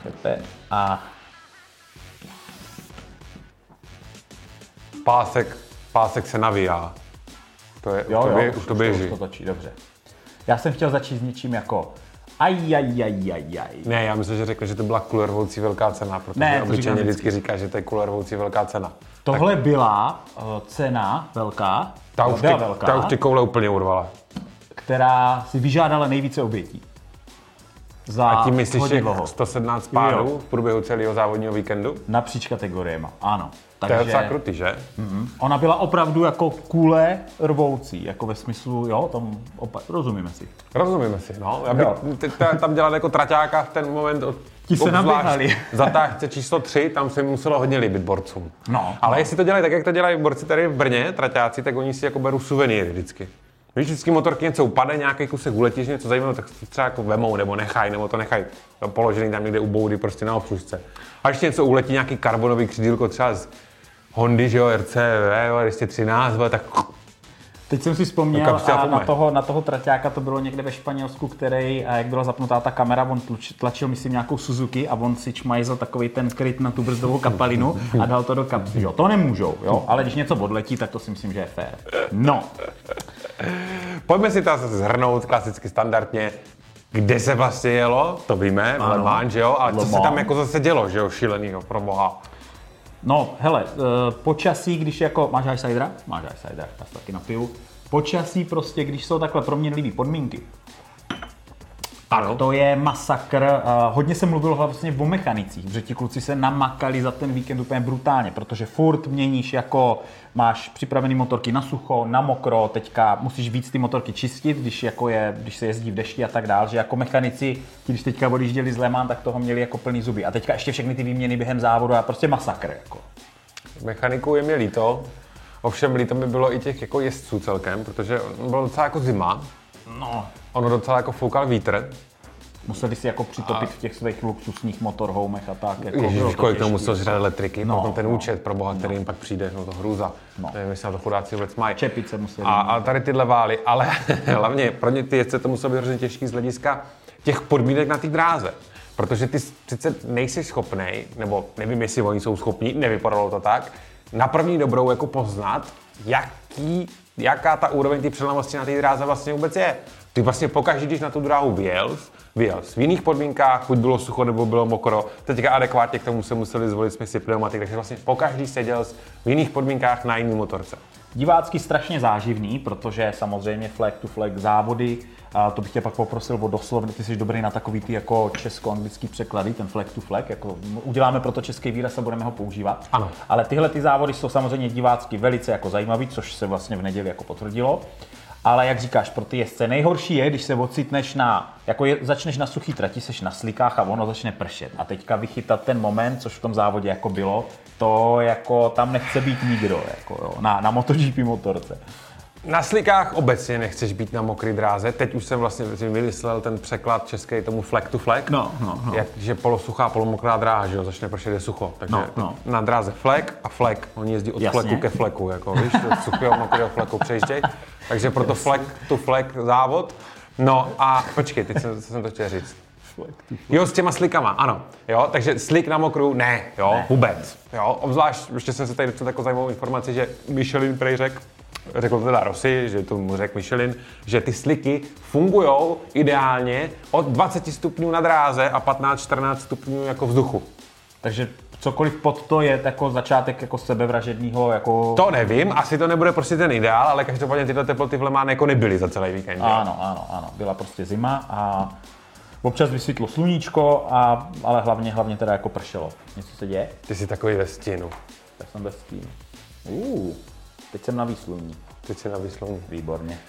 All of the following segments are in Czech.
Pepe a Pásek se navíjá. To je, už to běží. Už to točí, dobře. Já jsem chtěl začít s něčím jako ajajajajajaj. Ne, já myslím, že řekl, že to byla kulervoucí velká cena, protože obyčejně vždycky říká, že to je kulervoucí velká cena. Tohle tak. Byla cena velká, ta už ty koule úplně urvala. Která si vyžádala nejvíce obětí. A tím myslíš 117 pádů v průběhu celého závodního víkendu? Napříč kategoriemi, ano. Takže, to je docela krutý, že? Ona byla opravdu jako kule rvoucí, jako ve smyslu, jo, tam rozumíme si. Rozumíme si, no. Tam dělat jako traťáka v ten moment, ti se naběhali. Zatáhce číslo 3, tam se muselo hodně líbit borcům. Ale jestli to dělají tak, jak to dělají borci tady v Brně, traťáci, tak oni si jako berou suvenýry vždycky. Když vždycky motorky něco upadne, nějaký kusek uletíš, něco zajímavého, tak třeba jako vemou, nebo to nechají položený tam někde u boudy, prostě na obslužce. A ještě něco uletí, nějaký karbonový křídílko třeba z Hondy, že jo, RCV, 213, tak... Teď jsem si vzpomněl na toho traťáka, to bylo někde ve Španělsku, který, jak byla zapnutá ta kamera, on tlačil, myslím, nějakou Suzuki a on si čmajzl takový ten kryt na tu brzdovou kapalinu a dal to do kapsy. Jo, to nemůžou, jo, ale když něco odletí, tak to si myslím, že je fér. No. Pojďme si to zhrnout klasicky standardně. Kde se vlastně jelo, to víme, Le Mans, že jo, ale co se tam jako zase dělo, že jo, šílenýho, pro boha. No, hele, počasí, když jako... Máš iCidera? Máš iCidera, já se taky napiju. Počasí prostě, když jsou takhle proměnlivé podmínky. Ano. To je masakr. Hodně se mluvilo vlastně o mechanicích, protože ti kluci se namakali za ten víkend úplně brutálně, protože furt měníš jako... Máš připravený motorky na sucho, na mokro, teďka musíš víc ty motorky čistit, když se jezdí v dešti a tak dál, že jako mechanici, když teďka odjížděli z Le Mans, tak toho měli jako plný zuby. A teďka ještě všechny ty výměny během závodu a prostě masakr. Jako. Mechaniků je mi líto, ovšem líto mi bylo i těch jako jezdců celkem, protože bylo docela jako zima. No. Ono docela jako foukal vítr. Museli si jako přitopit v těch svých luxusních motorhomech a tak. Jako Ježiš, kolik tomu musel žrat elektriky, potom ten účet pro boha, který jim pak přijde, to hrůza. Nevím, jestli na to chudáci vůbec mají. Čepice museli. A tady tyhle vály, ale hlavně pro ně ty jezdce to muselo být hrozně těžký z hlediska těch podmínek na té dráze. Protože ty sice nejsi schopnej, nebo nevím, jestli oni jsou schopní, nevypadalo to tak, na první dobrou jako poznat, jaká ta úroveň té přilnavosti na té dráze vlastně vůbec je. Ty vlastně pokaždé, když na tu dráhu vyjel v jiných podmínkách, buď bylo sucho nebo bylo mokro, teďka adekvátně k tomu se museli zvolit směsi pneumatik, takže vlastně pokaždý seděl v jiných podmínkách na jiný motorce. Divácky strašně záživný, protože samozřejmě flag to flag závody, a to bych tě pak poprosil o doslovně, ty jsi dobrý na takový ty jako česko-anglický překlady, ten flag to flag, jako uděláme proto český výraz a budeme ho používat. Ano. Ale tyhle ty závody jsou samozřejmě divácky velice jako zajímavý, což se vlastně v neděli jako potvrdilo. Ale jak říkáš, pro ty jezdce nejhorší je, když se ocitneš začneš na suchý trati, seš na slikách a ono začne pršet. A teďka vychytat ten moment, což v tom závodě jako bylo, to jako tam nechce být nikdo, jako jo, na MotoGP motorce. Na slikách obecně nechceš být na mokrý dráze. Teď už jsem vlastně vymyslel ten překlad český tomu flag to flag. No. Že polosuchá, polomokrá dráha, že jo, začne pršet je sucho. Takže na dráze flag a flag. Oni jezdí od fleku ke fleku, jako víš, od suchého mokrého fleku přejížděj. Takže proto flag to flag závod. No a počkej, teď jsem to chtěl říct. Jo, s těma slikama, ano. Jo, takže slik na mokru, ne, vůbec. Jo, obzvlášť, ještě jsem se tady dostal takovou zajímavou informaci, že Michelin prej řekl to teda Rossi, že to mu řekl Michelin, že ty sliky fungujou ideálně od 20 stupňů na dráze a 15-14 stupňů jako vzduchu. Takže cokoliv pod to je jako začátek jako sebevražedného jako... To nevím, asi to nebude prostě ten ideál, ale každopádně tyhle teploty v Le Mans jako nebyly za celý víkend. Ano, byla prostě zima a občas vysvětlo sluníčko, ale hlavně teda jako pršelo. Něco se děje? Ty jsi takový ve stínu. Já jsem ve stínu. Teď jsem na výsluní. Výborně.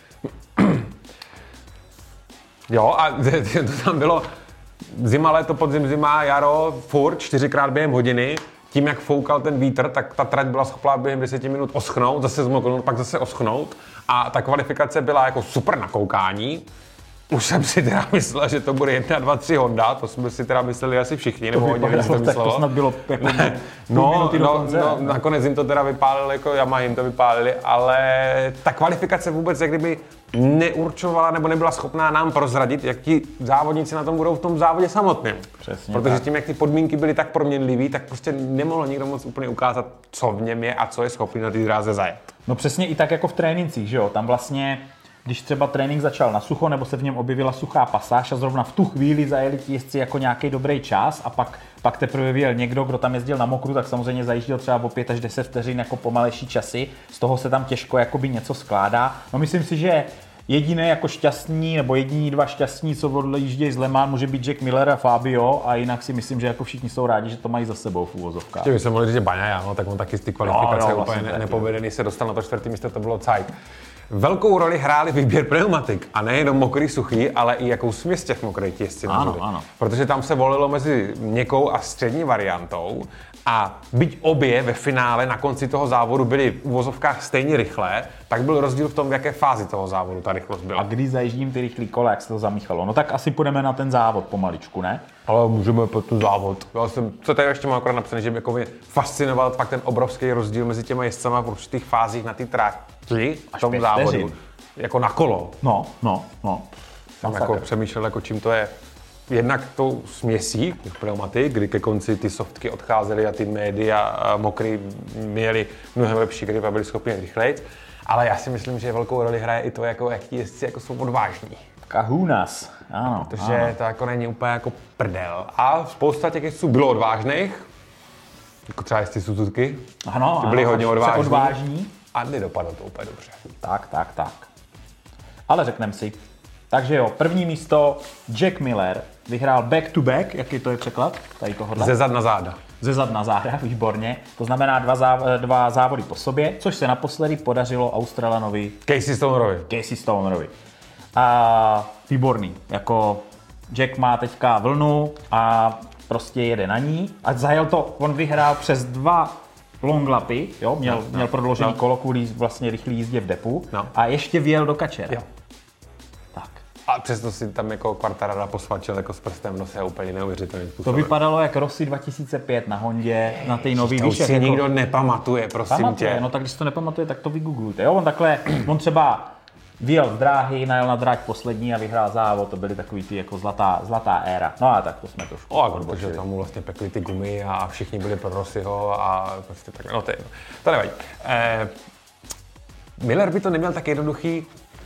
Jo, a to tam bylo zima, léto, podzim, zima, jaro, furt, 4x během hodiny. Tím, jak foukal ten vítr, tak ta trať byla schopná během 10 minut oschnout, zase zmoknout, pak zase oschnout. A ta kvalifikace byla jako super na koukání. Už jsem si teda myslel, že to bude 1, 2, 3 Honda, to jsme si teda mysleli asi všichni, nebo hodně lidí to myslelo. To snad bylo jako no, nakonec jim to teda vypálili, jako Yamaha jim to vypálili, ale ta kvalifikace vůbec jak kdyby neurčovala nebo nebyla schopná nám prozradit, jak ti závodníci na tom budou v tom závodě samotném. Přesně protože tak. tím, jak ty podmínky byly tak proměnlivý, tak prostě nemohl nikdo moc úplně ukázat, co v něm je a co je schopný na té dráze zajet. No přesně i tak jako v trénincích, že jo, tam vlastně když třeba trénink začal na sucho, nebo se v něm objevila suchá pasáž a zrovna v tu chvíli zajeli ti jezdci jako nějaký dobrý čas a pak teprve vyjel někdo, kdo tam jezdil na mokru, tak samozřejmě zajížděl třeba o 5 až 10 vteřin jako pomalejší časy, z toho se tam těžko jakoby něco skládá. No myslím si, že jediný jako šťastný, nebo jediní dva šťastní, co odjíždějí z Le Mans, může být Jack Miller a Fabio, a jinak si myslím, že jako všichni jsou rádi, že to mají za sebou v úvozovkách. By se mohli říct, že Baňaja, no, tak on taky z ty kvalifikace úplně nepovedený se dostal na to 4. místo, to bylo Zeit. Velkou roli hráli výběr pneumatik a nejenom mokrý, suchý, ale i jakou směs těch mokrých jezdci. Ano. Protože tam se volilo mezi měkkou a střední variantou a byť obě ve finále na konci toho závodu byly v uvozovkách stejně rychlé, tak byl rozdíl v tom, v jaké fázi toho závodu ta rychlost byla. A když zajíždím ty rychlý kola, jak se to zamíchalo? No tak asi půjdeme na ten závod pomaličku, ne? Ale můžeme po ten závod. Co tady ještě mám akorát napsané, že mě fascinoval fakt ten obrovský rozdíl mezi těma jezdcama v určitých fázích na ty trati v tom závodu. Jako na kolo. No. Jsem jako přemýšlel, jako čím to je. Jednak tou směsí těch pneumatik, kdy ke konci ty softky odcházely a ty média mokrý měli mnohem lepší grip a byli schopni rychleji. Ale já si myslím, že velkou roli hraje i to, jako, jak ti jezdci jako jsou odvážní. Kahunas, ano. Protože to jako není úplně jako prdel. A spousta těch jezdců bylo odvážných, jako třeba jezdci Suzuki. Ano, byli hodně odvážní. A nedopadlo to úplně dobře. Tak. Ale řekneme si. Takže jo, první místo Jack Miller vyhrál back to back, jaký to je překlad? Tady tohohle. Ze zad na záda. Ze zad na záda, výborně. To znamená dva závody po sobě, což se naposledy podařilo Australanovi Casey Stonerovi. A výborný, jako Jack má teďka vlnu a prostě jede na ní. A zajel to, on vyhrál přes 2 long lapy, jo, měl prodloužený kolo kvůli vlastně rychlý jízdě v depu a ještě vjel do kačera. Jo. Tak. A přesto si tam jako Quartararo posvačil jako s prstem v nose úplně neuvěřitelným způsobem. To vypadalo jak Rossi 2005 na Hondě, na té nový. To si nikdo nepamatuje, prosím tě. No tak když to nepamatuje, tak to vygooglujte. Jo, on třeba vyjel z dráhy, najel na dráť poslední a vyhrál závod, to byly takový ty jako zlatá éra. No a tak to jsme trošku protože tam mu vlastně pekli ty gumy a všichni byli pro Rossiho a prostě tak, no to nevadí. Miller by to neměl tak jednoduchý,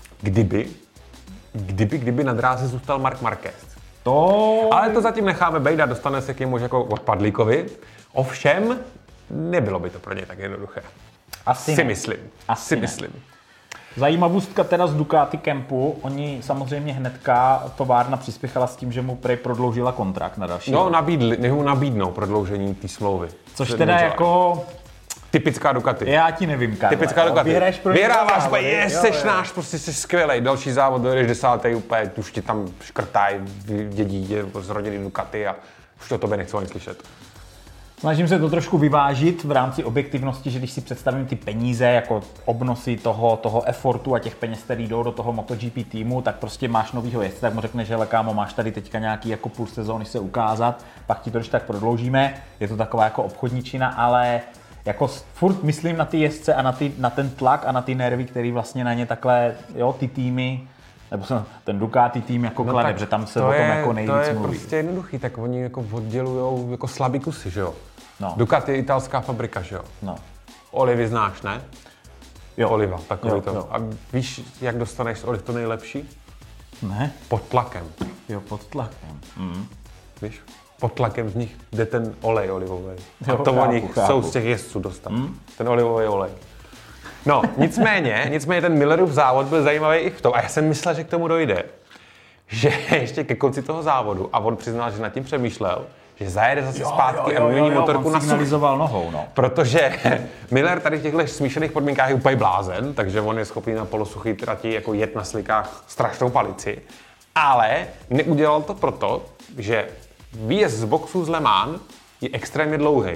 kdyby na dráze zůstal Marc Marquez. Ale to zatím necháme bejt a dostane se k němu jako odpadlíkovi. Ovšem, nebylo by to pro něj tak jednoduché. Asi myslím. Zajímavostka teda z Ducati Campu, oni samozřejmě hnedka továrna přispěchala s tím, že mu prej prodloužila kontrakt na další. No, mu nabídnou prodloužení té smlouvy. Což teda jako... Typická Ducati. Já ti nevím, Karle. Typická Ducati. Vyhráváš, seš náš, prostě jsi skvělej. Další závod, dojedeš 10. úplně, už ti tam škrtají dědí z rodiny Ducati a už o tobě nechci ani slyšet. Snažím se to trošku vyvážit v rámci objektivnosti, že když si představím ty peníze jako obnosy toho effortu a těch peněz, který jdou do toho MotoGP týmu, tak prostě máš novýho jezdce, tak mu řekneš, že kámo, máš tady teďka nějaký jako půl sezóny se ukázat, pak ti to když tak prodloužíme. Je to taková jako obchodničina, ale jako furt myslím na ty jezdce a na ten tlak a na ty nervy, který vlastně na ně takhle, jo, ty týmy, nebo ten Ducati tým jako klade, protože tam se o tom jako nejvíc mluví. To je prostě jednoduchý, tak oni jako oddělujou jako slabý kusy, že jo? No. Ducati je italská fabrika, že jo? No. Olivy znáš, ne? Jo. Oliva, takový to. Jo. A víš, jak dostaneš z oliv to nejlepší? Ne. Pod tlakem. Jo, pod tlakem. Víš? Pod tlakem z nich jde ten olej olivový. A to oni chcou z těch jezdců dostat. Ten olivový olej. No, nicméně ten Millerův závod byl zajímavý i v tom, a já jsem myslel, že k tomu dojde, že ještě ke konci toho závodu, a on přiznal, že nad tím přemýšlel, že zajede zase zpátky a vymění motorku na signalizoval nohou, no. Protože Miller tady v těchto smíšených podmínkách je úplně blázen, takže on je schopný na polosuchý trati jako jet na slikách strašnou palici, ale neudělal to proto, že výjezd z boxu z Le Mans je extrémně dlouhý.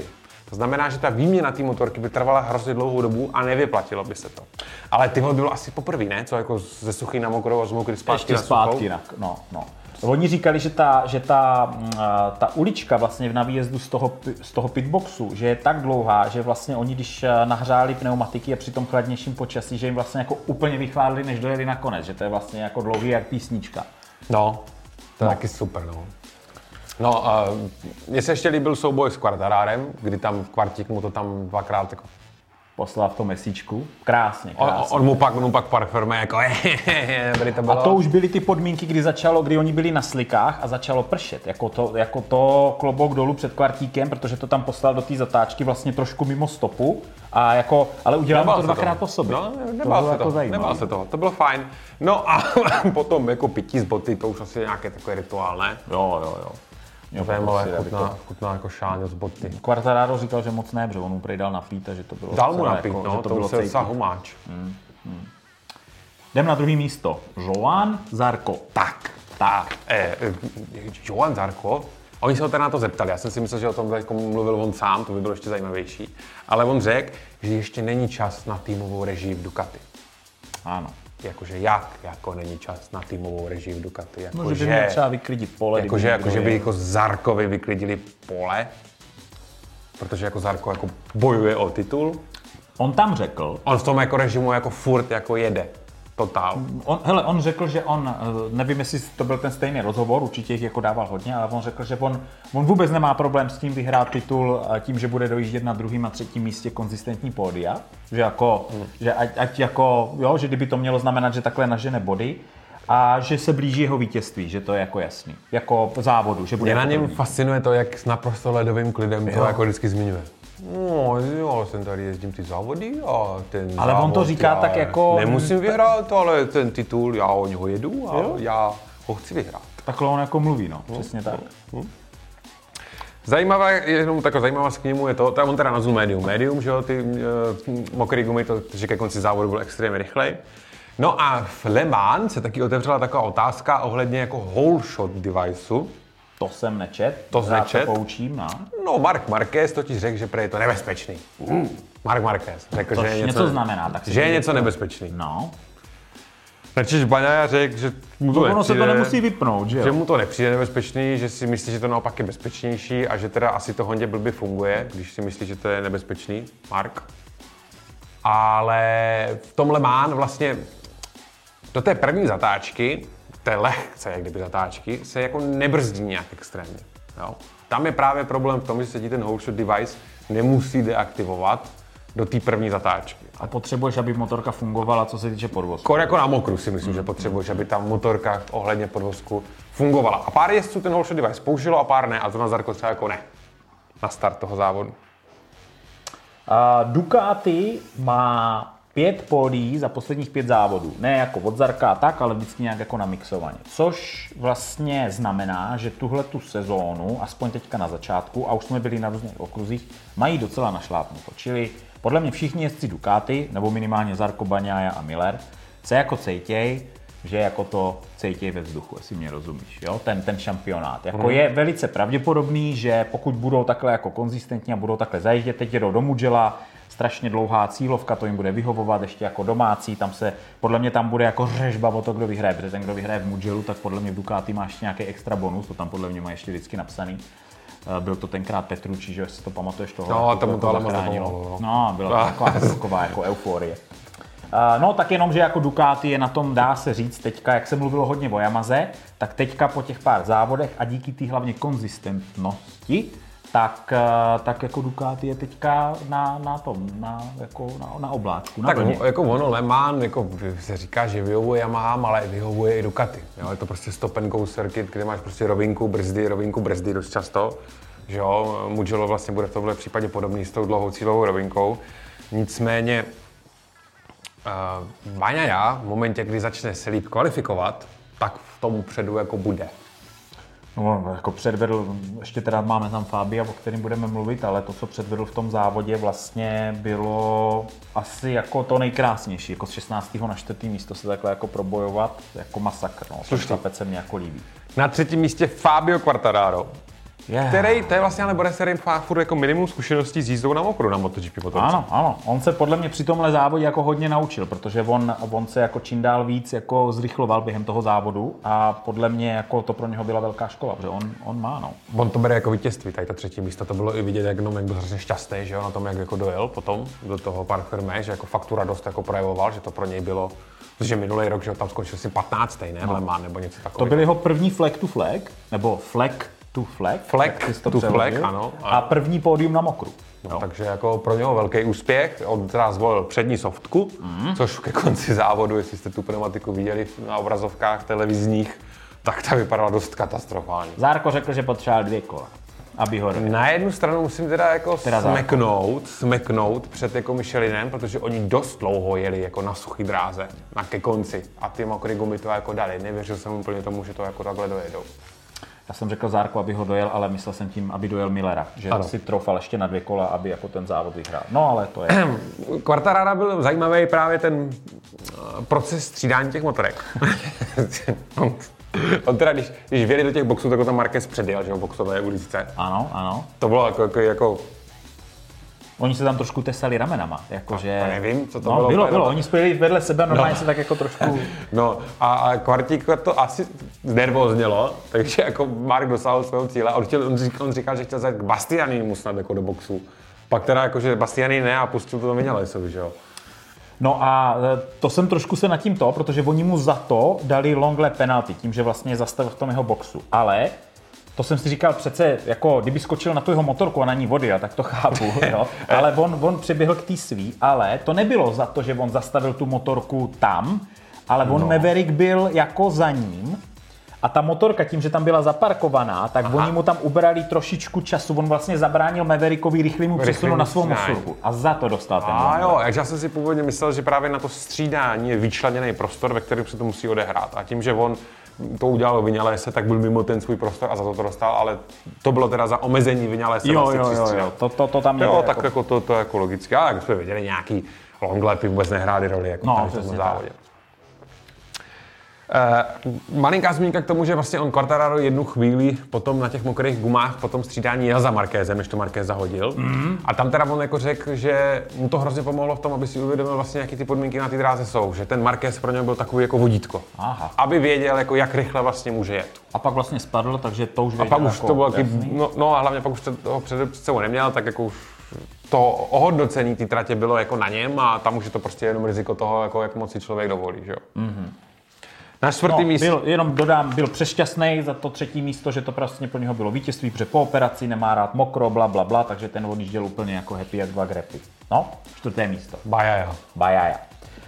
To znamená, že ta výměna té motorky by trvala hrozně dlouhou dobu a nevyplatilo by se to. Ale tyhle bylo asi poprvé, ne? Co jako ze suchý na mokrou a z mokrý zpátky na suchou? No. Oni říkali, že ta ulička vlastně na výjezdu z toho pitboxu, že je tak dlouhá, že vlastně oni, když nahřáli pneumatiky a při tom chladnějším počasí, že jim vlastně jako úplně vychládli, než dojeli nakonec, že to je vlastně jako dlouhý jak písnička. No, to je taky super, no. No, mně se ještě líbil souboj s Quartararem, kdy tam Quartík mu to tam dvakrát jako poslal v tom mesíčku. Krásně. On mu pak parfirme jako to bylo. A to už byly ty podmínky, kdy oni byli na slikách a začalo pršet. Jako to klobouk dolů před Quartíkem, protože to tam poslal do té zatáčky vlastně trošku mimo stopu. Ale udělal to dvakrát po sobě. No, nebál se toho. To bylo fajn. No a potom jako pití z boty, to už asi nějaké takové rituál, ne? Jo. Chutná jako šáňo z boty. Quartararo říkal, že moc ne, protože on mu prý dal napít, že to bylo dal mu napít, jako, no, to bylo se docela humáč. Jdem na druhé místo. Joan Zarco. Tak. Joan Zarco, oni se ho teda na to zeptali, já jsem si myslel, že o tom jako mluvil on sám, to by bylo ještě zajímavější. Ale on řekl, že ještě není čas na týmovou režii v Ducati. Ano. Jakože jako není čas na týmovou režii v Ducati. Jako že by měl třeba vyklidit pole. Jakože by jako Zarkovi vyklidili pole, protože jako Zarko jako bojuje o titul. On tam řekl. On v tom jako režimu jako furt jako jede. Totál. On řekl, že nevím, jestli to byl ten stejný rozhovor, určitě jich jako dával hodně, ale on řekl, že on vůbec nemá problém s tím vyhrát titul tím, že bude dojíždět na druhém a třetím místě konzistentní pódia, že kdyby to mělo znamenat, že takhle nažene body a že se blíží jeho vítězství, že to je jako jasný, jako závodu, že bude. Mě na něm fascinuje to, jak s naprosto ledovým klidem to jako vždycky zmiňuje. No, jo, jsem tady jezdím ty závody a ten ale závod, on to říká tak jako nemusím vyhrát, ale ten titul, já o něho jedu a já ho chci vyhrát. Takhle on jako mluví, přesně tak. Jenom taková zajímavost k němu je to, on teda nazval médium, že jo, ty mokrý gumy, že ke konci závodu byl extrémně rychlej. No a v Le Mans se taky otevřela taková otázka ohledně jako whole shot deviceu. To jsem nečet. Se poučím, No, Marc Marquez totiž řekl, že je to nebezpečný. Marc Marquez řekl, že je něco znamená, tak že je něco nebezpečný. No. Načež Bagnaia řekl, že mu to nepřijde, se to nemusí vypnout, že jo? Že mu to nepřijde nebezpečný, že si myslí, že to naopak je bezpečnější a že teda asi to Hondě blbě funguje, když si myslí, že to je nebezpečný, Mark. Ale v tom Le Mans vlastně do té první zatáčky, té lehce jak kdyby zatáčky, se jako nebrzdí nějak extrémně. Jo? Tam je právě problém v tom, že se ti ten whole shot device nemusí deaktivovat do té první zatáčky. A potřebuješ, aby motorka fungovala, co se týče podvozku? Skoro jako na mokru si myslím, že potřebuješ, aby ta motorka ohledně podvozku fungovala. A pár jezdců ten whole shot device použilo a pár ne, a to na Zarco třeba jako ne. Na start toho závodu. Ducati má 5 pódií za posledních 5 závodů. Ne jako od Zarka tak, ale vždycky nějak jako namixovaně. Což vlastně znamená, že tuhletu sezónu, aspoň teďka na začátku, a už jsme byli na různých okruzích, mají docela našlápnuto. Čili podle mě všichni jezdci Ducati, nebo minimálně Zarco, Bagnaia a Miller, se jako cejtěj, že jako to cejtěj ve vzduchu, jestli mě rozumíš, jo? Ten šampionát. Jako je velice pravděpodobný, že pokud budou takhle jako konzistentní a budou takhle zajíždět, teď jedou do Mugella, strašně dlouhá cílovka, to jim bude vyhovovat, ještě jako domácí, podle mě tam bude jako řežba o to, kdo vyhraje, protože ten, kdo vyhraje v Mugellu, tak podle mě v Ducati má ještě nějaký extra bonus, to tam podle mě má ještě vždycky napsaný. Byl to tenkrát Petrucci, že si to pamatuješ toho? No, tomu to ale moc nepomohlo. No, byla to taková chvilková jako euforie. No, tak jenom, že jako Ducati je na tom, dá se říct teďka, jak se mluvilo hodně o Yamaze, tak teďka po těch pár závodech a díky té hlavně konzistentnosti, tak jako Ducati je teďka na obláčku, na tak vlně. jako ono Le Mans, jako se říká, že vyhovuje Yamaha, ale vyhovuje i Ducati. Jo? Je to prostě stop and go circuit, kde máš prostě rovinku, brzdy dost často. Že jo? Mugello vlastně bude v tomhle případě podobný s tou dlouhou cílovou rovinkou. Nicméně Bagnaia v momentě, kdy začne se líp kvalifikovat, tak v tom předu jako bude. No, jako předvedl, ještě teda máme tam Fabia, o kterém budeme mluvit, ale to, co předvedl v tom závodě, vlastně bylo asi jako to nejkrásnější, jako z 16. na 4. místo se takhle jako probojovat, jako masakr, no. Ten chlapec se mě jako líbí. Na 3. místě Fabio Quartararo. Který, to je vlastně ale bude serien furt jako minimum zkušeností s jízdou na mokru na MotoGP motorce. Ano. On se podle mě při tomhle závodě jako hodně naučil, protože on se jako čím dál víc jako zrychloval během toho závodu a podle mě jako to pro něho byla velká škola, protože on má, no. On to bere jako vítězství, tady to třetí místo, to bylo i vidět, jak byl hrozně šťastný, že jo, na tom, jak jako dojel potom do toho Parc Fermé, že jako fakt tu radost jako projevoval, že to pro něj bylo, protože minulý rok, že tam skončil si 15. ne, v Le Mans nebo něco takového. To byl jeho první flag to flag, nebo flag to flag. Flag to flag, ano. A první pódium na mokru. No, takže jako pro něho velký úspěch. On teda zvolil přední softku, což ke konci závodu, jestli jste tu pneumatiku viděli na obrazovkách televizních, tak ta vypadala dost katastrofálně. Zárko řekl, že potřeboval 2 kola, aby ho dojel. Na jednu stranu musím teda jako smeknout před jako Michelinem, protože oni dost dlouho jeli jako na suchý dráze, ke konci. A ty mokrý gumy to jako dali. Nevěřil jsem úplně tomu, že to jako takhle dojedou. Já jsem řekl Zárku, aby ho dojel, ale myslel jsem tím, aby dojel Millera, že si troufal ještě na 2 kola, aby jako ten závod vyhrál. No, ale to je. Quartararo byl zajímavý právě ten proces střídání těch motorek. On teda, když vjeli do těch boxů, tak ho tam Marquez předjel, že jo, boxové uličce. Ano. To bylo jako... Oni se tam trošku tesali ramenama, jakože... To nevím, co to bylo. Bylo. Oni spojili vedle sebe, normálně se tak jako trošku... No a Quartík to asi znervóznělo, takže jako Mark dosáhl svého cíle a on říkal, že chtěl zajít k Bastianinimu snad jako do boxu. Pak teda jakože Bastianini ne a pustil to do Vinalesovi, že jo. No a to jsem trošku se nad tím protože oni mu za to dali long lap penalty, tím, že vlastně zastavil v tom jeho boxu. Ale to jsem si říkal přece, jako kdyby skočil na tu jeho motorku a na ní vody, tak to chápu, jo. Ale on přeběhl k té svý, ale to nebylo za to, že on zastavil tu motorku tam, ale Maverick byl jako za ním a ta motorka tím, že tam byla zaparkovaná, tak oni mu tam ubrali trošičku času, on vlastně zabránil Maverickovi rychlému přesunu na svou motorku a za to dostal ten long jo, já jsem si původně myslel, že právě na to střídání je vyčleněný prostor, ve kterém se to musí odehrát a tím, že on to udělal Vinalese, tak byl mimo ten svůj prostor a za to dostal, ale to bylo teda za omezení Vinalese. Jo, to tam jo, tak jako to jako logicky, ale jak jsme viděli, nějaký long lapy vůbec nehrály roli jako tady v tom závodě. Malinká zmínka k tomu, že vlastně on Quartararo jednu chvíli potom na těch mokrých gumách potom střídání jel za Marquezem, než to Marquez zahodil. A tam teda on jako řekl, že mu to hrozně pomohlo v tom, aby si uvědomil vlastně, jaký ty podmínky na té dráze jsou, že ten Marquez pro něj byl takový jako vodítko. Aha. Aby věděl, jako jak rychle vlastně může jet. A pak vlastně spadl, takže to už věděl. A pak už jako to bylo no a hlavně pak už toho před sebou neměl, tak jako už to ohodnocení té tratě bylo jako na něm a tam už je to prostě jenom riziko toho, jako jak moc si člověk dovolí, že jo. Na 4. místo. Byl přešťastný za to 3. místo, že to prostě pro něho bylo vítězství, protože po operaci nemá rád mokro, blablabla, takže ten odjížděl úplně jako happy jak 2 grepy. No, 4. místo. Bajaja.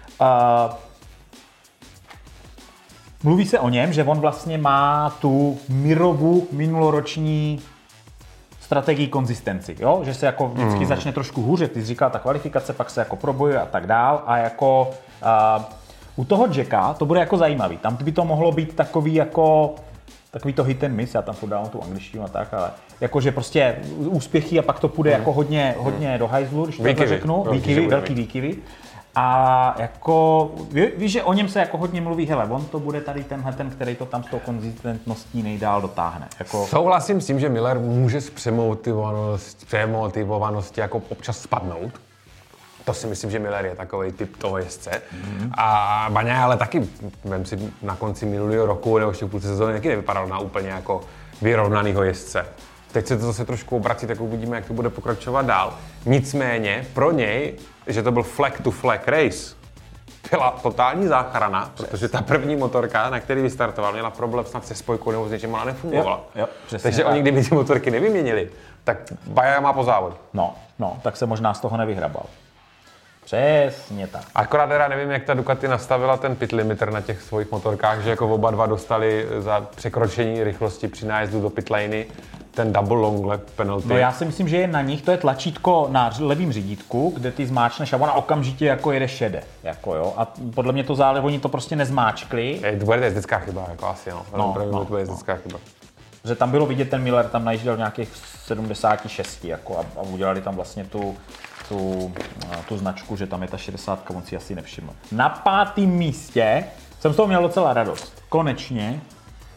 Mluví se o něm, že on vlastně má tu Mirovu minuloroční strategii konzistenci, jo? Že se jako vždycky začne trošku hůře, ty jsi říkal, ta kvalifikace, pak se jako probojuje a tak dál a jako... U toho Jacka to bude jako zajímavý. Tam by to mohlo být takový to hit and miss, já tam podávám tu angličtinu a tak, ale jakože prostě úspěchy a pak to půjde jako hodně do hajzlu, když to řeknu, velký výkyvy. A jako, víš, že o něm se jako hodně mluví, hele, on to bude tady tenhle ten, který to tam s tou konzistentností nejdál dotáhne. Jako... Souhlasím s tím, že Miller může z přemotivovanosti jako občas spadnout. To si myslím, že Miller je takový typ toho jezdce. A Baňa ale taky, vem si na konci minulého roku nebo ještě v půlce sezóny taky nevypadal na úplně jako vyrovnanýho jezdce. Teď se to zase trošku obrací, tak uvidíme, jak to bude pokračovat dál. Nicméně pro něj, že to byl flag to flag race, byla totální záchrana, protože ta první motorka, na který vystartoval, měla problém snad se spojkou nebo s něčím, ona nefungovala. Takže oni, kdyby ty motorky nevyměnili, tak Baja má po závodě. No, tak se možná z toho nevyhrabal. Přesně tak. Akorát teda nevím, jak ta Ducati nastavila ten pit limiter na těch svých motorkách, že jako oba dva dostali za překročení rychlosti při nájezdu do pit laney ten double long lap penalty. No já si myslím, že je na nich, to je tlačítko na levém řídítku, kde ty zmáčneš a ona okamžitě jako jede šede. Jako jo. A podle mě to zále, oni to prostě nezmáčkli. To bude jezdecká chyba, jako asi to bude jezdecká chyba. Že tam bylo vidět, ten Miller tam najížděl nějakých 76 jako, a udělali tam vlastně tu značku, že tam je ta 60, on si asi nevšiml. Na 5. místě jsem z toho měl docela radost. Konečně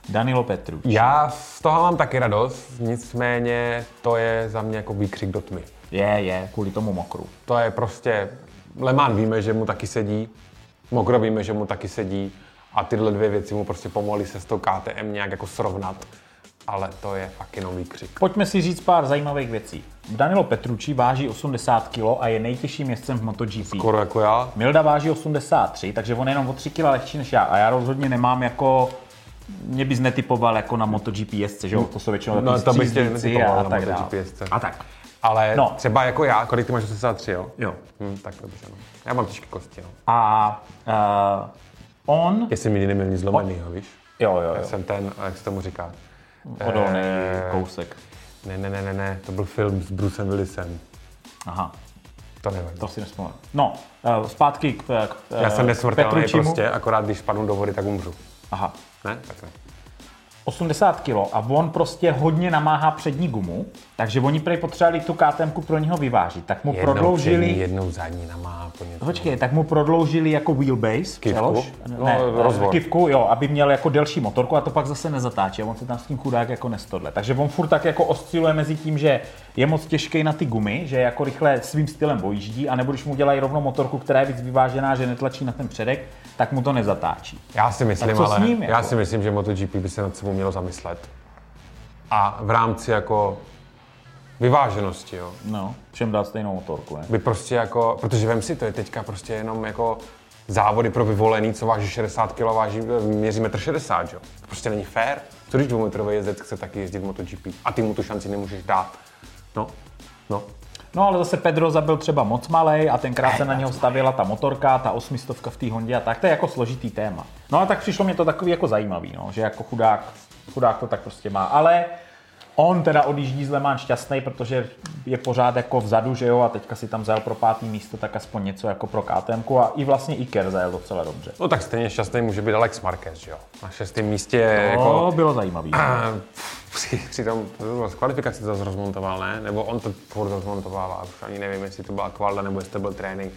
Danilo Petrucci. Já z toho mám taky radost, nicméně to je za mě jako výkřik do tmy. Je, kvůli tomu mokru. To je prostě, Le Mans víme, že mu taky sedí, mokro víme, že mu taky sedí a tyhle dvě věci mu prostě pomohly se s tou KTM nějak jako srovnat, ale to je fakt jenom výkřik. Pojďme si říct pár zajímavých věcí. Danilo Petrucci váží 80 kg a je nejtěžším jezdcem v MotoGP. Skoro jako já. Milda váží 83, takže on je jenom o 3 kg lehčí než já a já rozhodně nemám jako... Mě bys netypoval jako na MotoGP jezdce, že jo? To jsou většinou takový střízlíci a tak dále. A tak. Ale třeba jako já, kolik ty máš 83, jo? Jo. Tak dobře, no. Já mám těžké kosti, no. A on... Jestli mi neměl nic zlomenýho, víš? Jo. Já jsem ten, jak se tomu říká? Odolný kousek. Ne, to byl film s Brucem Willisem. Aha. To nevím. To si nespomenu. No, zpátky k Já jsem nesmrtelný Petruccimu. prostě, akorát když spadnu do vody, tak umřu. Aha. Ne? Tak ne. 80 kg a on prostě hodně namáhá přední gumu, takže oni prej potřebovali tu KTMku pro něho vyvážit, tak mu prodloužili... Jednou zadní namáhá po něco. Počkej, tak mu prodloužili jako wheelbase, přelož? Ne, rozvor. Kivku, jo, aby měl jako delší motorku a to pak zase nezatáčí a on se tam s tím chudák jako nestodle. Takže on furt tak jako osciluje mezi tím, že je moc těžký na ty gumy, že jako rychle svým stylem vojíždí, anebo když mu dělají rovnou motorku, která je víc vyvážená, že netlačí na ten předek, tak mu to nezatáčí. Já si myslím, ale ním, jako? já si myslím, že MotoGP by se nad sebou mělo zamyslet. A v rámci jako vyváženosti, jo. No, všem dát stejnou motorku, ne? By prostě jako, protože vem si, to je teďka prostě jenom jako závody pro vyvolený, co váží 60 kg, měří 1,60 m, jo. To prostě není fér. Co když dvoumetrový jezdec chce taky jezdit MotoGP a ty mu tu šanci nemůžeš dát? No. No ale zase Pedro zabil třeba moc malej a tenkrát se na něho stavila ta motorka, ta 800 v té Hondě a tak, to je jako složitý téma. No a tak přišlo mě to takový jako zajímavý, no, že jako chudák to tak prostě má, ale on teda odjíždí z Le Mans šťastný, protože je pořád jako vzadu, že jo, a teďka si tam zajel pro 5. místo, tak aspoň něco jako pro KTMku a i vlastně Iker zajel docela dobře. No tak stejně šťastný může být Alex Marquez, že jo. Na 6. místě jako... bylo zajímavý. Při tom z kvalifikaci to zase rozmontoval, ne? Nebo on to furt rozmontovává, už ani nevím, jestli to byla kvalda nebo jestli to byl trénink.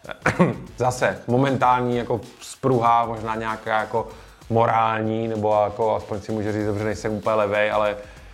Zase momentální jako spruha, možná nějaká jako morální, nebo jako aspoň si může říct, dobře, nejsem úplně levej, ale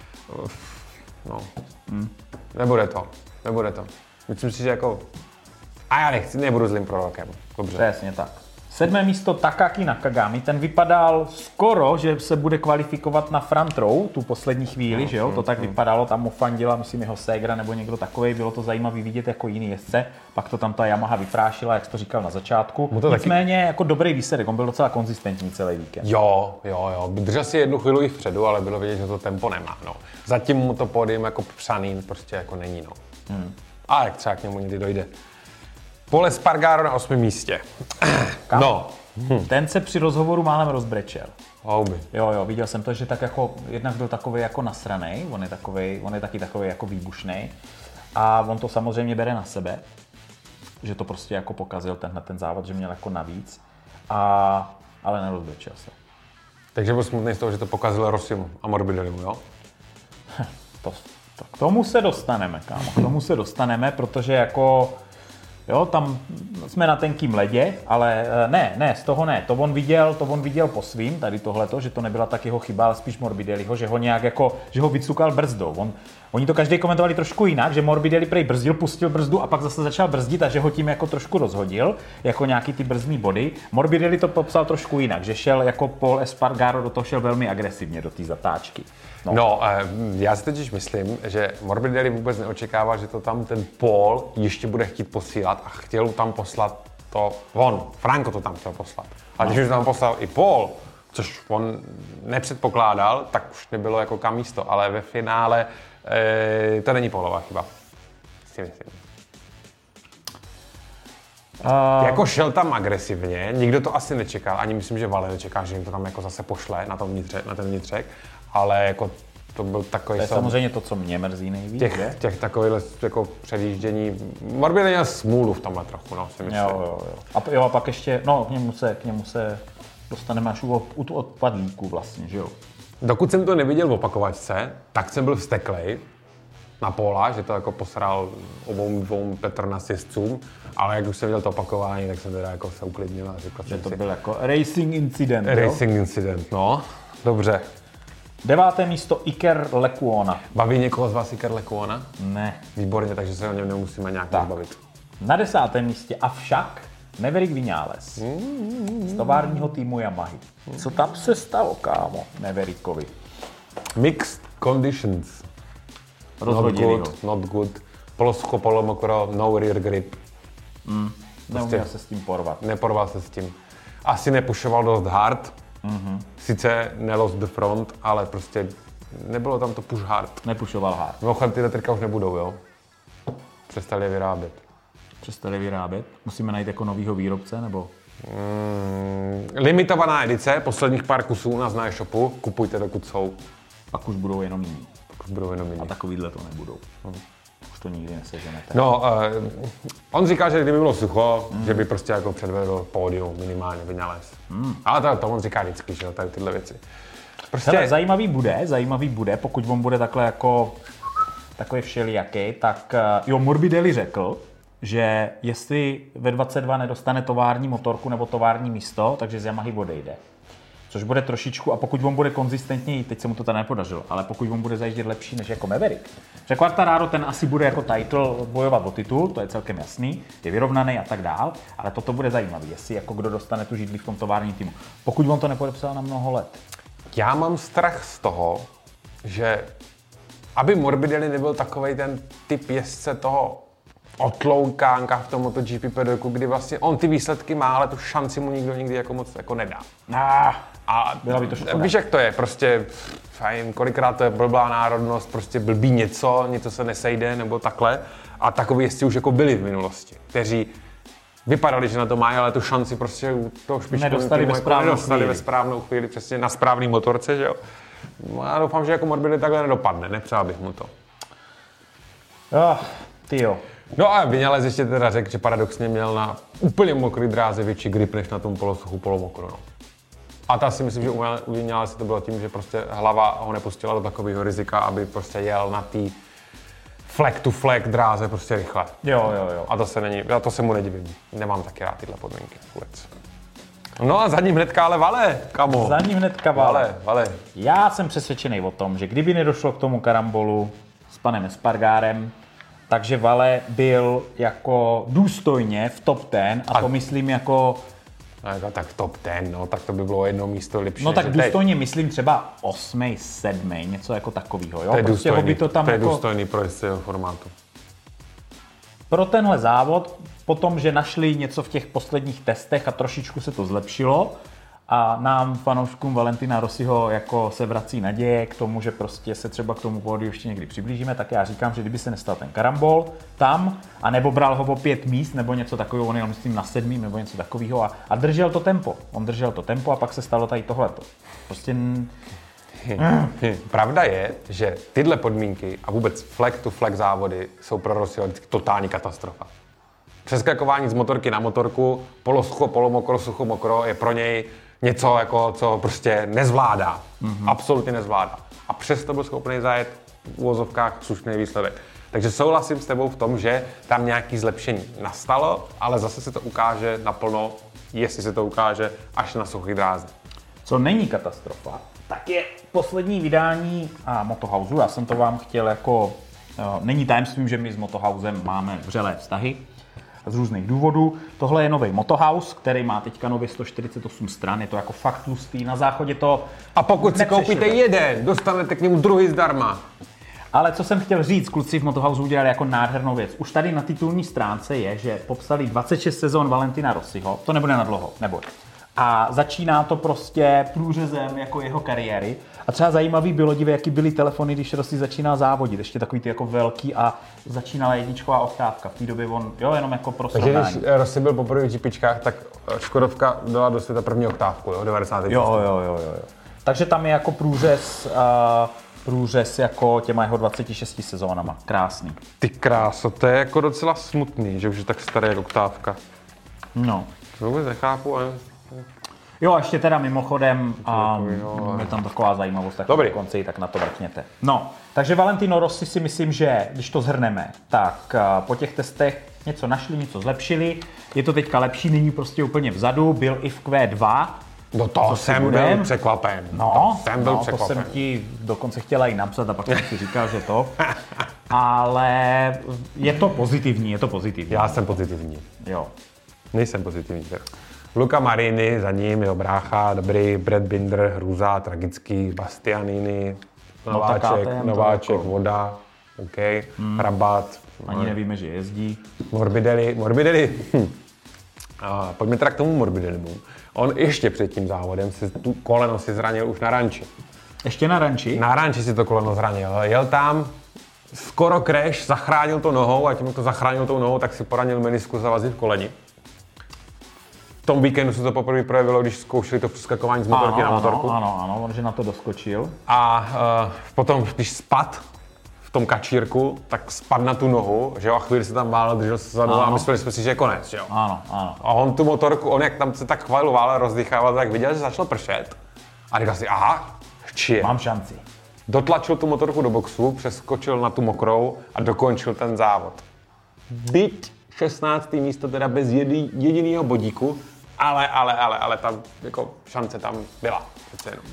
no, nebude to. Myslím si, že jako, a já nebudu zlým prorokem, dobře. Přesně tak. 7. místo Takaki Nakagami, ten vypadal skoro, že se bude kvalifikovat na front row tu poslední chvíli, že jo, to tak vypadalo, tam mu fandila, myslím, jeho ségra nebo někdo takovej, bylo to zajímavý vidět jako jiný jezdce, pak to tam ta Yamaha vyprášila, jak jsi to říkal na začátku, nicméně jako dobrý výsledek, on byl docela konzistentní celý víkend. Jo, držel si jednu chvíli i vpředu, ale bylo vidět, že to tempo nemá, no. Zatím mu to pódium jako přaný prostě jako není, no. A jak třeba k němu někdy dojde. Pol Espargaro na 8. místě. No. Ten se při rozhovoru málem rozbrečel. Houby. Jo, viděl jsem to, že tak jako, jednak byl takový jako nasranej, on je taky takový jako výbušnej. A on to samozřejmě bere na sebe, že to prostě jako pokazil ten závod, že měl jako navíc. Ale nerozbrečel se. Takže byl smutný z toho, že to pokazil Rossimu a Morbidellimu, jo? K tomu se dostaneme, kámo. K tomu se dostaneme, protože jako... Jo, tam jsme na tenkým ledě, ale ne, z toho ne. To on viděl po svým, tady tohleto, že to nebyla tak jeho chyba, ale spíš Morbidelliho, že ho nějak jako, že ho vycukal brzdou. Oni to každý komentovali trošku jinak, že Morbidelli prej brzdil, pustil brzdu a pak zase začal brzdit a že ho tím jako trošku rozhodil, jako nějaký ty brzdní body. Morbidelli to popsal trošku jinak, že šel jako Pol Espargaro do toho šel velmi agresivně do té zatáčky. No, já si totiž myslím, že Morbidelli vůbec neočekával, že to tam ten Paul ještě bude chtít posílat a chtěl tam poslat to Franco to tam chtěl poslat. A když už tam poslal i Paul, což on nepředpokládal, tak už nebylo jako kam místo, ale ve finále to není Paulová chyba. Si myslím. Jako šel tam agresivně, nikdo to asi nečekal, ani myslím, že Vale nečeká, že jim to tam jako zase pošle na ten vnitřek. Ale jako to byl takový... To je samozřejmě to, co mě mrzí nejvíc, těch takových jako předjíždění. Morbidelli měl smůlu v tomhle trochu, no, si myslím. Jo. A pak ještě, no, k němu se dostaneme až u odpadlíku vlastně, že jo. Dokud jsem to neviděl v opakovačce, tak jsem byl vzteklej na Paula, že to jako posral obou dvou Petronas jezdcům, ale jak už jsem viděl to opakování, tak jsem teda jako se uklidnil a řekl že to byl jako racing incident, Racing incident, no. Dobře. 9. místo Iker Lecuona. Baví někoho z vás Iker Lecuona? Ne. Výborně, takže se o něm nemusíme nějak bavit. Na 10. místě avšak Maverick Viñales z továrního týmu Yamahy. Co tam se stalo, kámo, Maverickovi? Mixed conditions. Rozhodili ho. Not good. Polosucho, polomokro, no rear grip. Neuměl se s tím porvat. Neporval se s tím. Asi nepušoval dost hard. Sice nelost the front, ale prostě nebylo tam to push hard. Nepušoval hard. Mimochodem tyhle trika už nebudou, jo? Přestali je vyrábět. Přestali vyrábět? Musíme najít jako novýho výrobce, nebo? Limitovaná edice, posledních pár kusů u nás na e-shopu. Kupujte, dokud jsou. Pak už budou jenom jiní. A takovýhle to nebudou. Už to nikdy neseženete. No, on říká, že kdyby bylo sucho, že by prostě jako předvedl pódium minimálně Viñales. Ale to on říká vždycky, že jo, tady tyhle věci. Prostě... Hele, zajímavý bude, pokud on bude takhle jako takový všelijaký, tak jo, Morbidelli řekl, že jestli ve 22 nedostane tovární motorku nebo tovární místo, takže z Yamahy odejde. Což bude trošičku, a pokud on bude konzistentně, teď se mu to tady nepodařilo, ale pokud on bude zajíždět lepší než jako Maverick, že Quartararo ten asi bude jako title bojovat o titul, to je celkem jasný, je vyrovnaný a tak dál, ale toto bude zajímavý, jestli jako kdo dostane tu židli v tom továrním týmu. Pokud on to nepodepsal na mnoho let. Já mám strach z toho, že aby Morbidelli nebyl takovej ten typ jezdce toho otloukánka v tom MotoGP pedoku, kdy vlastně on ty výsledky má, ale tu šanci mu nikdo nikdy jako moc jako nedá. A byla by to škoda. Víš, jak to je, prostě fajn, kolikrát to je blbá národnost, prostě blbý něco se nesejde nebo takhle. A takový jezdci už jako byli v minulosti, kteří vypadali, že na to mají, ale tu šanci prostě u toho špičkového nedostali ve správnou chvíli, přesně na správný motorce, že jo. Já doufám, že jako Morbidelli takhle nedopadne, nepřál bych mu to. Tyjo. No a Viñales ještě teda řekl, že paradoxně měl na úplně mokrý dráze větší grip než na tom polosuchu polomokro. No. A ta si myslím, že u Viñalese to bylo tím, že prostě hlava ho nepustila do takového rizika, aby prostě jel na té flag to flag dráze prostě rychle. Jo. A to se mu nedivím. Nemám taky rád tyhle podmínky vůbec. No a za ním hnedka ale Vale, kamo. Za ním hnedka Vale. Vale. Já jsem přesvědčený o tom, že kdyby nedošlo k tomu karambolu s panem Espargarem, takže Vale byl jako důstojně v top 10 a to myslím jako... Tak top 10, no, tak to by bylo jedno místo lepší. No tak důstojně myslím třeba 8., 7., něco jako takovýho, jo? To je prostě důstojný, to tam to je jako... důstojný pro jeho formátu. Pro tenhle závod, potom, že našli něco v těch posledních testech a trošičku se to zlepšilo a nám, fanouškům Valentina Rossiho, jako se vrací naděje k tomu, že prostě se třeba k tomu pódiu ještě někdy přiblížíme, tak já říkám, že kdyby se nestal ten karambol tam, a nebo bral ho o 5 míst, nebo něco takového, on jel myslím na 7. nebo něco takového a držel to tempo. On držel to tempo a pak se stalo tady tohleto. Prostě... Pravda je, že tyhle podmínky a vůbec flag to flag závody jsou pro Rossiho vždycky totální katastrofa. Přeskakování z motorky na motorku, polosucho, polomokro, sucho, mokro je pro něj něco, jako, co prostě nezvládá. Absolutně nezvládá. A přesto byl schopný zajet v uvozovkách slušný výsledek. Takže souhlasím s tebou v tom, že tam nějaké zlepšení nastalo, ale zase se to ukáže naplno, jestli se to ukáže až na suchý dráze. Co není katastrofa, tak je poslední vydání Motohouseu. Já jsem to vám chtěl jako... Není tajemstvím, že my s Motohousem máme vřelé vztahy z různých důvodů. Tohle je nový Motohouse, který má teďka nově 148 stran, je to jako fakt tlustý, na záchodě to... A pokud si koupíte jeden, dostanete k němu druhý zdarma. Ale co jsem chtěl říct, kluci v Motohouseu udělali jako nádhernou věc. Už tady na titulní stránce je, že popsali 26 sezon Valentina Rossiho, to nebude na dlouho, neboj. A začíná to prostě průřezem jako jeho kariéry. A třeba zajímavý bylo, dívej, jaký byly telefony, když Rossi začínal závodit. Ještě takový ty jako velký a začínala jedničková oktávka. V té době on, jo, jenom jako pro srovnání. Takže když Rossi byl poprvé v GPčkách, tak Škodovka dala do světa první oktávku, jo, 90. Jo. Takže tam je jako průřez jako těma jeho 26 sezónama. Krásný. Ty kráso, to je jako docela smutný, že už je tak starý jak oktávka. No. To vůbec nechápu, ale... Jo, a ještě teda mimochodem, je tam taková zajímavost, tak na konci, tak na to vrkněte. No, takže Valentino Rossi si myslím, že když to shrneme, tak po těch testech něco našli, něco zlepšili, je to teďka lepší, nyní prostě úplně vzadu, byl i v Q2, No to jsem byl překvapen. To jsem ti dokonce chtěla i napsat a pak jsem si říkal, že to. Ale je to pozitivní. Já jsem pozitivní. Jo. Nejsem pozitivní. Luca Marini, za ním, jo, brácha, dobrý, Brad Binder, hrůza, tragický, Bastianini, Nováček, voda, OK, Rabat. Ani nevíme, že jezdí. Morbidelli. Pojďme teda k tomu Morbidellimu. On ještě před tím závodem tu koleno si zranil už na ranči. Ještě na ranči? Na ranči si to koleno zranil. Jel tam, skoro crash, zachránil to nohou a tím to zachránil tou nohou, tak si poranil meniskus a vazí v koleni. V tom víkendu se to poprvé projevilo, když zkoušeli to přeskakování z motorky na motorku. Ano, on že na to doskočil. A potom, když spad v tom kačírku, tak spadl na tu nohu, že jo, a chvíli se tam válel, držel se za nohu a mysleli jsme si, že je konec, že jo. Ano. A on tu motorku, on jak tam se tak chvaloval, rozdýchával, tak viděl, že začalo pršet. A říkal si, aha, či mám šanci. Dotlačil tu motorku do boxu, přeskočil na tu mokrou a dokončil ten závod. Byť 16. místo teda bez jediného bodíku, ale tam jako šance tam byla přece jenom.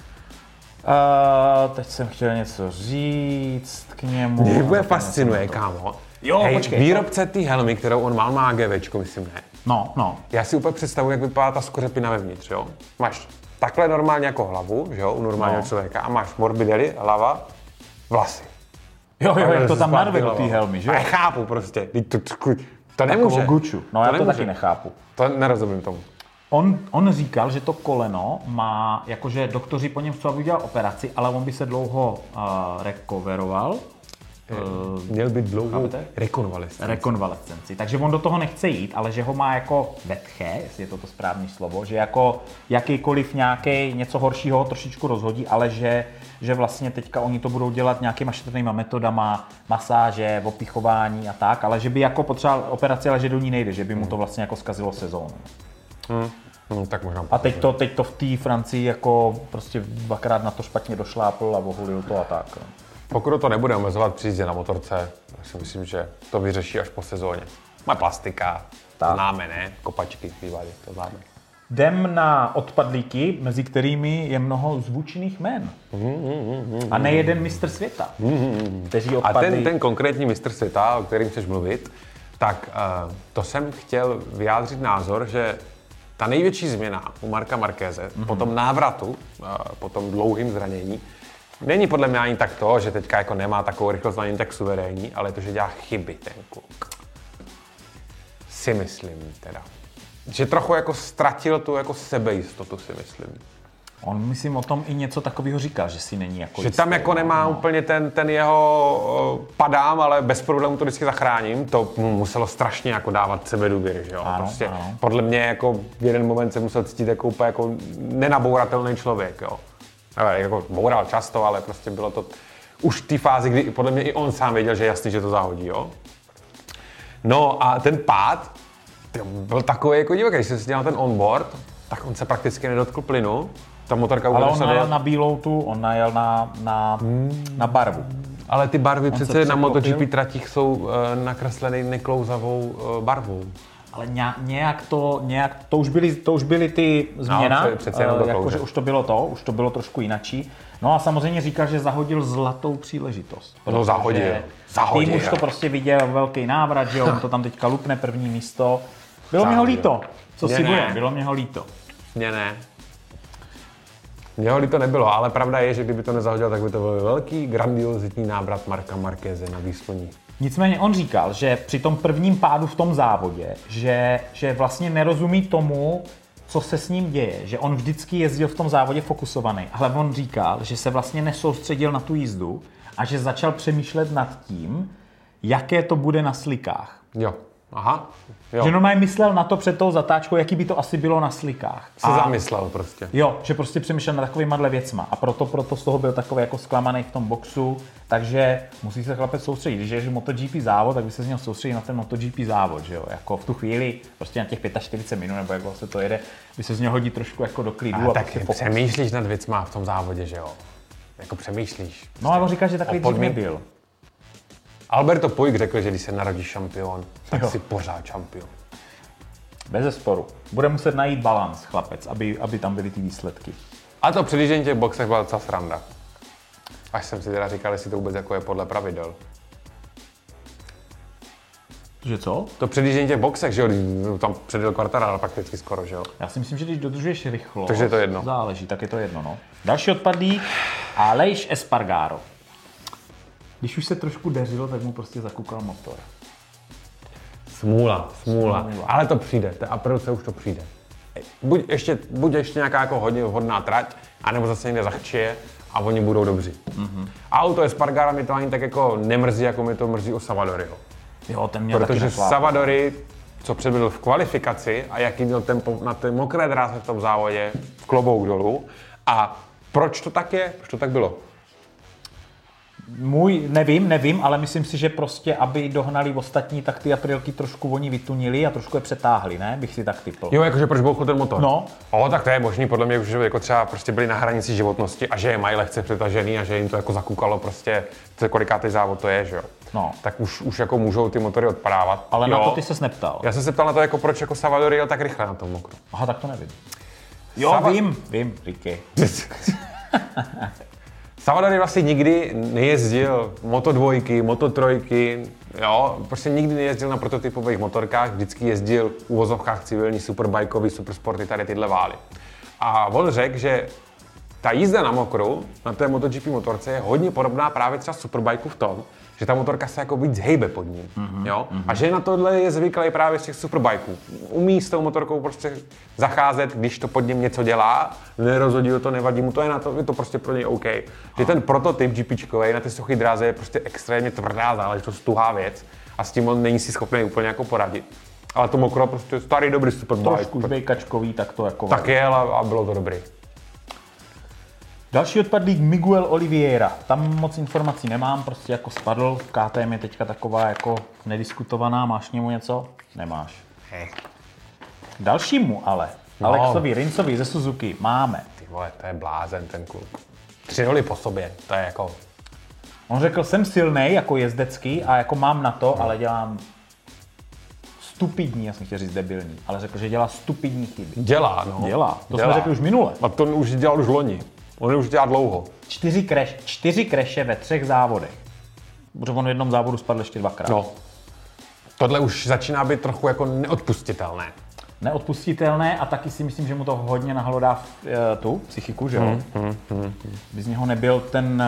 Teď jsem chtěl něco říct k němu. Mě bude fascinuje, kámo. Jo, počkej. Výrobce té helmy, kterou on má AGVčko, myslím, ne? No. Já si úplně představuji, jak vypadá ta skořepina vevnitř, jo? Máš takhle normálně jako hlavu, že jo, u normálního člověka a máš Morbidelli, hlava, vlasy. Jo, jak to tam narve do té helmy, že jo? A já chápu prostě, to nemůže. Guču. No já to taky nechápu. To nerozumím tomu. On říkal, že to koleno má, jakože doktoři po něm chtěli, aby udělal operaci, ale on by se dlouho recoveroval. Měl být dlouhou rekonvalescenci. Takže on do toho nechce jít, ale že ho má jako vetché, jestli je to správné slovo, že jako jakýkoliv nějaký něco horšího trošičku rozhodí, ale že vlastně teďka oni to budou dělat nějakýma šetrnýma metodama, masáže, opichování a tak, ale že by jako potřeboval operaci, ale že do ní nejde, že by mu to vlastně jako zkazilo sezónu. Tak možná. A teď to v té Francii jako prostě dvakrát na to špatně došlápl a ohulil to a tak. Pokud to nebude omezovat při jízdě na motorce, tak si myslím, že to vyřeší až po sezóně. Má plastika, to známe, ne? Kopačky, bývaly, to známe. Jdem na odpadlíky, mezi kterými je mnoho zvučných jmen. A nejeden mistr světa, kteří odpadli. A ten konkrétní mistr světa, o kterým chceš mluvit, tak to jsem chtěl vyjádřit názor, že ta největší změna u Marca Marqueze po tom návratu, po tom dlouhým zranění, není podle mě ani tak to, že teďka jako nemá takovou rychlost, ani tak suverénní, ale to, že dělá chyby ten kluk. Si myslím teda. Že trochu jako ztratil tu jako sebejistotu, si myslím. On myslím o tom i něco takového říkal, že si není jako že jistý, tam jako nemá úplně ten jeho padám, ale bez problémů to vždycky zachráním. To muselo strašně jako dávat sebedůvěry, že jo? Ano, prostě ano. Podle mě jako v jeden moment se musel cítit jako úplně jako nenabouratelný člověk, jo? Jako boural často, ale prostě bylo to už v té fázi, kdy podle mě i on sám věděl, že je jasný, že to zahodí, jo? No a ten pád byl takový jako divoký, když se dělal ten onboard, tak on se prakticky nedotkl plynu. Ta motorka ale on najel na bílou on najel na barvu. Ale ty barvy on přece na MotoGP tratích jsou nakreslený neklouzavou barvou. Ale nějak to už byly ty změna, jakože už to bylo trošku jinačí. No a samozřejmě říkal, že zahodil zlatou příležitost. No zahodil. Tým už to prostě viděl, velký návrat, že on to tam teďka lupne první místo. Bylo mi ho líto, bylo mi ho líto. Mně ne. Mně ho líto nebylo, ale pravda je, že kdyby to nezahodil, tak by to byl velký, grandiozitní návrat Marca Marqueze na výsluní. Nicméně on říkal, že při tom prvním pádu v tom závodě, že vlastně nerozumí tomu, co se s ním děje, že on vždycky jezdil v tom závodě fokusovaný, ale on říkal, že se vlastně nesoustředil na tu jízdu a že začal přemýšlet nad tím, jaké to bude na slikách. Jo. Aha. Jo. Že normálně myslel na to před tou zatáčkou, jaký by to asi bylo na slikách. Zamyslel prostě. Jo, že prostě přemýšlel nad takovýma věcma a proto z toho byl takový jako zklamaný v tom boxu, takže musí se chlapec soustředit. Když je MotoGP závod, tak by se měl soustředit na ten MotoGP závod, že jo? Jako v tu chvíli, prostě na těch 45 minut, nebo jak se to jede, by se z něho hodit trošku jako do klidu. A tak prostě přemýšlíš nad věcma v tom závodě, že jo? Jako přemýšlíš. Prostě. No ale on říká, že takový dřív nebyl. Alberto Puig řekl, že když se narodí šampion, tak si pořád šampion. Bezesporu. Bude muset najít balans, chlapec, aby tam byly ty výsledky. A to předjíždění těch boxech byla docela sranda. Až jsem si teda říkal, jestli to vůbec jako je podle pravidel. Že co? To předjíždění těch boxech, že jo, tam předjel Quartararo prakticky skoro, že jo. Já si myslím, že když dodržuješ rychlost, takže je to jedno. Záleží, tak je to jedno, no. Další odpadlík, Aleix Espargaro. Když už se trošku dařilo, tak mu prostě zakukal motor. Smůla. Ale to přijde, té aprilce už to přijde. Buď ještě nějaká jako hodně vhodná trať, anebo zase někde zachčije a oni budou dobří. Mm-hmm. A u toho Espargara mi to ani tak jako nemrzí, jako mi to mrzí u Savadoriho. Jo, ten měl protože taky Savadori, co předvedl v kvalifikaci a jaký měl tempo na té mokré dráze v tom závodě, klobouk dolů. A proč to tak je? Proč to tak bylo? Nevím, ale myslím si, že prostě, aby dohnali ostatní, tak ty aprilky trošku oni vytunili a trošku je přetáhli, ne? Bych si tak typl. Jo, jakože proč bouchl ten motor? No. Tak to je možný, podle mě, že jako třeba prostě byli na hranici životnosti a že je mají lehce přetažený a že jim to jako zakukalo prostě, kolikátý závod to je, že jo? No. Tak už jako můžou ty motory odpadávat. Ale jo. Na to ty ses neptal. Já jsem se ptal na to, jako proč jako Savadori jel tak rychle na tom mokru. Aha, tak to nevím. Jo, vím, říkej. Savadori vlastně nikdy nejezdil Moto2, Moto3, jo, prostě nikdy nejezdil na prototypových motorkách, vždycky jezdil v uvozovkách civilní, superbajkový, supersporty, tady tyhle vály. A on řekl, že ta jízda na mokru, na té MotoGP motorce je hodně podobná právě třeba superbajku v tom, že ta motorka se jako víc hejbe pod ním, jo? A že na tohle je zvyklý právě z těch superbajků. Umí s tou motorkou prostě zacházet, když to pod ním něco dělá, nerozhodí to, nevadí mu to, je to prostě pro něj OK. Že ten prototyp GPčkovej na té suché dráze je prostě extrémně tvrdá záležitost, tuhá věc a s tím on není si schopný úplně jako poradit. Ale to mokro prostě starý dobrý superbike. Trošku žbejkačkový, tak to jako... Tak je, a bylo to dobrý. Další odpadlík Miguel Oliveira. Tam moc informací nemám, prostě jako spadl. KTM je teďka taková jako nediskutovaná. Máš k němu něco? Nemáš. Dalšímu ale, Alexovi Rincovi ze Suzuki máme. Ty vole, to je blázen ten kluk. 3 roly po sobě, to je jako... On řekl, jsem silnej jako jezdecký a jako mám na to, ale dělám stupidní, já jsem chtěl říct debilní, ale řekl, že dělá stupidní chyby. Dělá. To jsme řekli už minule. A to už dělal už loni. On už dělá dlouho. 4 crashe ve 3 závodech. Protože on v jednom závodu spadl ještě 2krát. No. Tohle už začíná být trochu jako neodpustitelné. Neodpustitelné a taky si myslím, že mu to hodně nahlodá tu psychiku, že jo? By z něho nebyl ten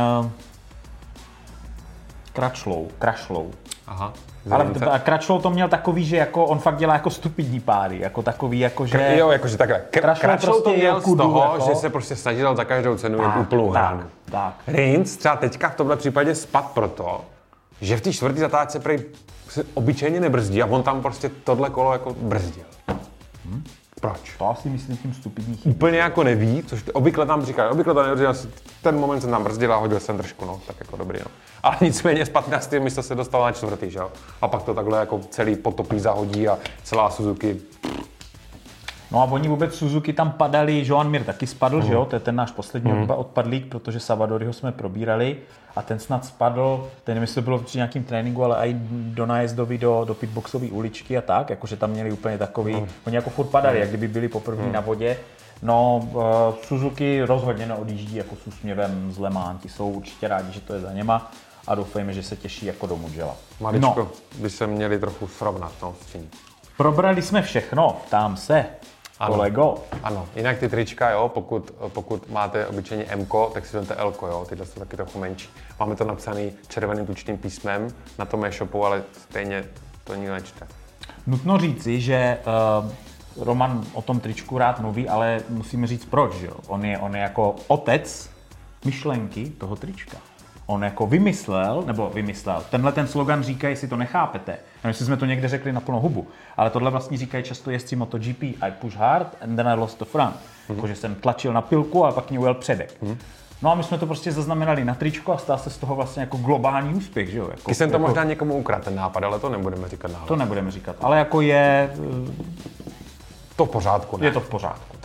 Crutchlow. Aha. Ale Crutchlow to měl takový, že jako on fakt dělá jako stupidní pády, jako takový, jako že... Jo, jakože takhle. Crutchlow prostě to měl z toho, jako... že se prostě snažil za každou cenu jít úplnou hránu. Tak. Rins třeba teďka v tomhle případě spadl proto, že v té 4. zatáčce prej se obyčejně nebrzdí a on tam prostě tohle kolo jako brzdil. Proč? To asi myslím tím stupidní chyby. Úplně jako neví, což obvykle tam říká, obvykle to nevěří, ten moment jsem tam brzdil a hodil jsem držku, no, tak jako dobrý, no. Ale nicméně z 15. místa se dostal na 4., že jo. A pak to takhle jako celý potopí, zahodí a celá Suzuki. No a oni vůbec Suzuki tam padali, Joan Mir taky spadl, že jo, to je ten náš poslední odpadlík, protože Savadoriho jsme probírali a ten snad spadl, ten nevím, jestli to bylo při nějakým tréninku, ale i do nájezdovi do pitboxové uličky a tak, jakože tam měli úplně takový, oni jako furt padali, jak kdyby byli poprvé na vodě. No, Suzuki rozhodně neodjíždí jako s úsměvem z Le Mans, ti jsou určitě rádi, že to je za něma a doufejme, že se těší jako do Mugello. Maličko, by se měli trochu srovnat, no, s tím. Probrali jsme všechno, ptám se. Kolego. Ano, jinak ty trička, jo, pokud máte obyčejně M-ko, tak si vezměte L-ko, jo, tyhle jsou taky trochu menší. Máme to napsaný červeným tučným písmem na tom e-shopu, ale stejně to nikdo nečte. Nutno říci, že Roman o tom tričku rád mluví, ale musíme říct proč, jo. On je jako otec myšlenky toho trička. On jako vymyslel, tenhle ten slogan říká, jestli to nechápete. Nevím, jestli jsme to někde řekli na plnou hubu, ale tohle vlastně říkají často jezdci MotoGP. I push hard and then I lost the front. Jakože jsem tlačil na pilku a pak mě ujel předek. No a my jsme to prostě zaznamenali na tričko a stal se z toho vlastně jako globální úspěch, že jo? Jako, jsem to možná někomu ukradl ten nápad, ale to nebudeme říkat náhle. To nebudeme říkat, ale jako je... To v pořádku, ne? Je to v pořádku, tak.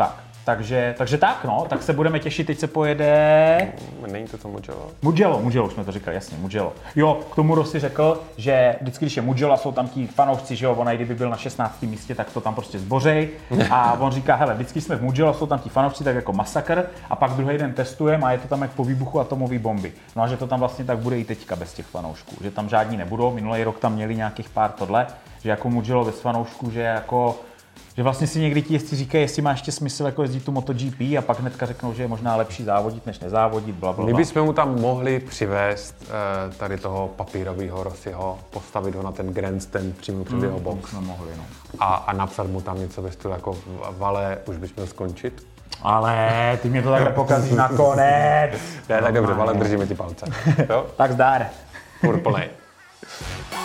Takže tak, no, tak se budeme těšit, teď se pojede... Není to Mugello? Mugello už jsme to říkali, jasně, Mugello. Jo, k tomu Rossi řekl, že vždycky, když je Mugello, jsou tam ti fanoušci, že jo, ona kdyby byl na 16. místě, tak to tam prostě zbořej. A on říká, hele, vždycky jsme v Mugello, jsou tam ti fanoušci, tak jako masakr, a pak druhý den testujeme a je to tam jak po výbuchu atomové bomby. No a že to tam vlastně tak bude i teďka bez těch fanoušků, že tam žádní nebudou, minulý rok tam měli nějakých pár tohle, že jako Mugello bez fanoušků, že jako že vlastně si někdy ti jezdci říkají, jestli má ještě smysl jako jezdit tu MotoGP a pak hnedka řeknou, že je možná lepší závodit, než nezávodit, blablabla. My bychom mu tam mohli přivést tady toho papírového Rossiho, postavit ho na ten grandstand přímo před jeho box. Mohli, no. A napsat mu tam něco ve stylu jako Vale, už bys měl skončit. Ale ty mě to takhle pokazíš nakonec. Ne, tak dobře, Vale, držíme ti palce. Jo? Tak zdár. Furt plnej.